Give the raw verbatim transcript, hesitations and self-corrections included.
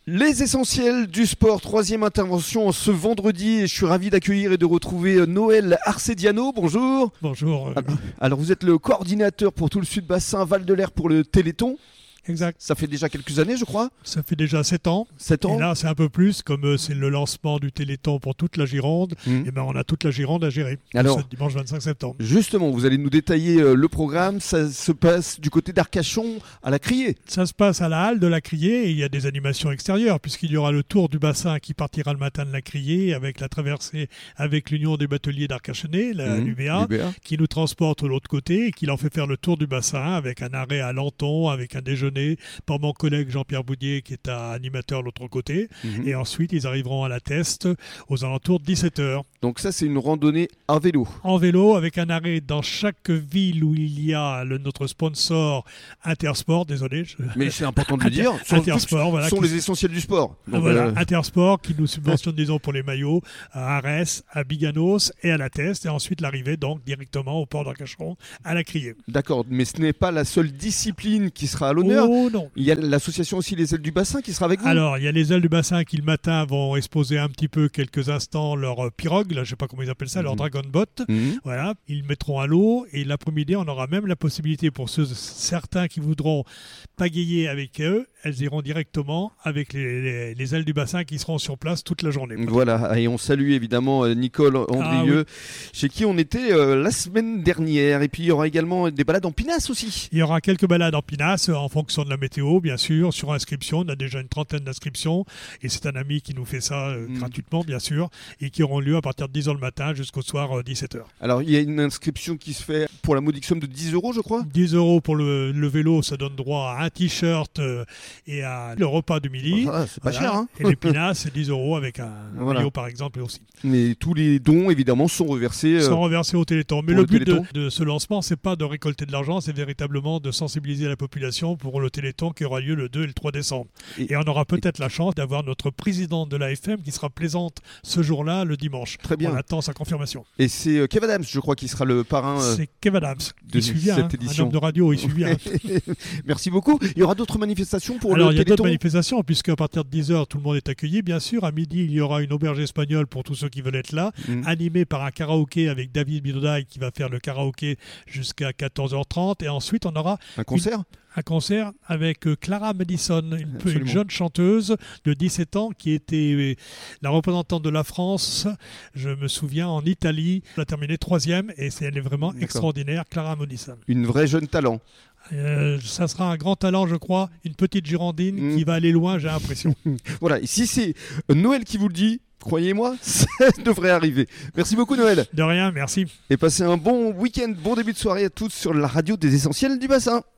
Les essentiels du sport, troisième intervention ce vendredi et je suis ravi d'accueillir et de retrouver Noël Arcediano, bonjour. Bonjour. Alors vous êtes le coordinateur pour tout le Sud-Bassin Val-de-Leyre pour le Téléthon. Exact. Ça fait déjà quelques années, je crois. Ça fait déjà sept ans. sept ans. Et là, c'est un peu plus, comme euh, c'est le lancement du Téléthon pour toute la Gironde, mmh. et ben on a toute la Gironde à gérer. Alors, ce dimanche vingt-cinq septembre. Justement, vous allez nous détailler euh, le programme. Ça se passe du côté d'Arcachon à la Criée. Ça se passe à la halle de la Criée et il y a des animations extérieures, puisqu'il y aura le tour du bassin qui partira le matin de la Criée avec la traversée avec l'Union des bateliers d'Arcachonnais, la mmh. U B A, qui nous transporte de l'autre côté et qui leur fait faire le tour du bassin avec un arrêt à Lanton, avec un déjeuner par mon collègue Jean-Pierre Boudier qui est un animateur de l'autre côté. Mmh. Et ensuite, ils arriveront à la Teste aux alentours de dix-sept heures. Donc ça, c'est une randonnée en vélo. En vélo, avec un arrêt dans chaque ville où il y a le, notre sponsor Intersport, désolé. Je... Mais c'est important de le dire. Intersport, voilà. Ce sont qui... les essentiels du sport. Donc, voilà, euh... Intersport qui nous subventionne, disons, pour les maillots à Arès, à Biganos et à la Teste. Et ensuite, l'arrivée, donc, directement au port d'Arcachon, à la Criée. D'accord, mais ce n'est pas la seule discipline qui sera à l'honneur. Oh non. Il y a l'association aussi Les Ailes du Bassin qui sera avec vous. Alors, il y a les Ailes du Bassin qui, le matin, vont exposer un petit peu, quelques instants, leur pirogue, là, je ne sais pas comment ils appellent ça, mmh. leur Dragon Bot. Mmh. Voilà, ils mettront à l'eau et l'après-midi, on aura même la possibilité pour ceux, certains qui voudront pagayer avec eux, elles iront directement avec les, les, les Ailes du Bassin qui seront sur place toute la journée. Voilà, et on salue évidemment Nicole Andrieux, ah, oui. chez qui on était euh, la semaine dernière. Et puis, il y aura également des balades en pinasse aussi. Il y aura quelques balades en pinasse en fonction de la météo, bien sûr, sur inscription. On a déjà une trentaine d'inscriptions et c'est un ami qui nous fait ça euh, mmh. gratuitement, bien sûr, et qui auront lieu à partir de dix heures le matin jusqu'au soir euh, dix-sept heures. Alors, il y a une inscription qui se fait pour la modique somme de dix euros, je crois. dix euros pour le, le vélo, ça donne droit à un t-shirt euh, et à le repas du midi. Ah, c'est pas voilà. cher, hein. Et les pinasses, c'est dix euros avec un voilà. maillot, par exemple, aussi. Mais tous les dons, évidemment, sont reversés. Euh, sont reversés au Téléthon. Mais le, le but de, de ce lancement, c'est pas de récolter de l'argent, c'est véritablement de sensibiliser la population pour le Téléthon qui aura lieu le deux et le trois décembre. Et, et on aura peut-être et... la chance d'avoir notre présidente de l'A F M qui sera présente ce jour-là, le dimanche. Très bien. On attend sa confirmation. Et c'est euh, Kev Adams, je crois, qui sera le parrain. Euh, c'est Kev Adams. De il suit bien, cette hein, édition. Un homme de radio, il suit bien. Merci beaucoup. Il y aura d'autres manifestations pour Alors, le Téléthon. Alors, il y a d'autres manifestations, puisqu'à partir de dix heures, tout le monde est accueilli, bien sûr. À midi, il y aura une auberge espagnole pour tous ceux qui veulent être là, mmh. animée par un karaoké avec David Bidodaï qui va faire le karaoké jusqu'à quatorze heures trente. Et ensuite, on aura... Un concert une... Un concert avec Clara Madison, une, une jeune chanteuse de dix-sept ans qui était la représentante de la France, je me souviens, en Italie. Elle a terminé troisième et c'est, elle est vraiment D'accord. extraordinaire, Clara Madison. Une vraie jeune talent. Euh, ça sera un grand talent, je crois, une petite Girondine mmh. qui va aller loin, j'ai l'impression. Voilà, et si c'est Noël qui vous le dit, croyez-moi, ça devrait arriver. Merci beaucoup Noël. De rien, merci. Et passez un bon week-end, bon début de soirée à tous sur la radio des Essentiels du Bassin.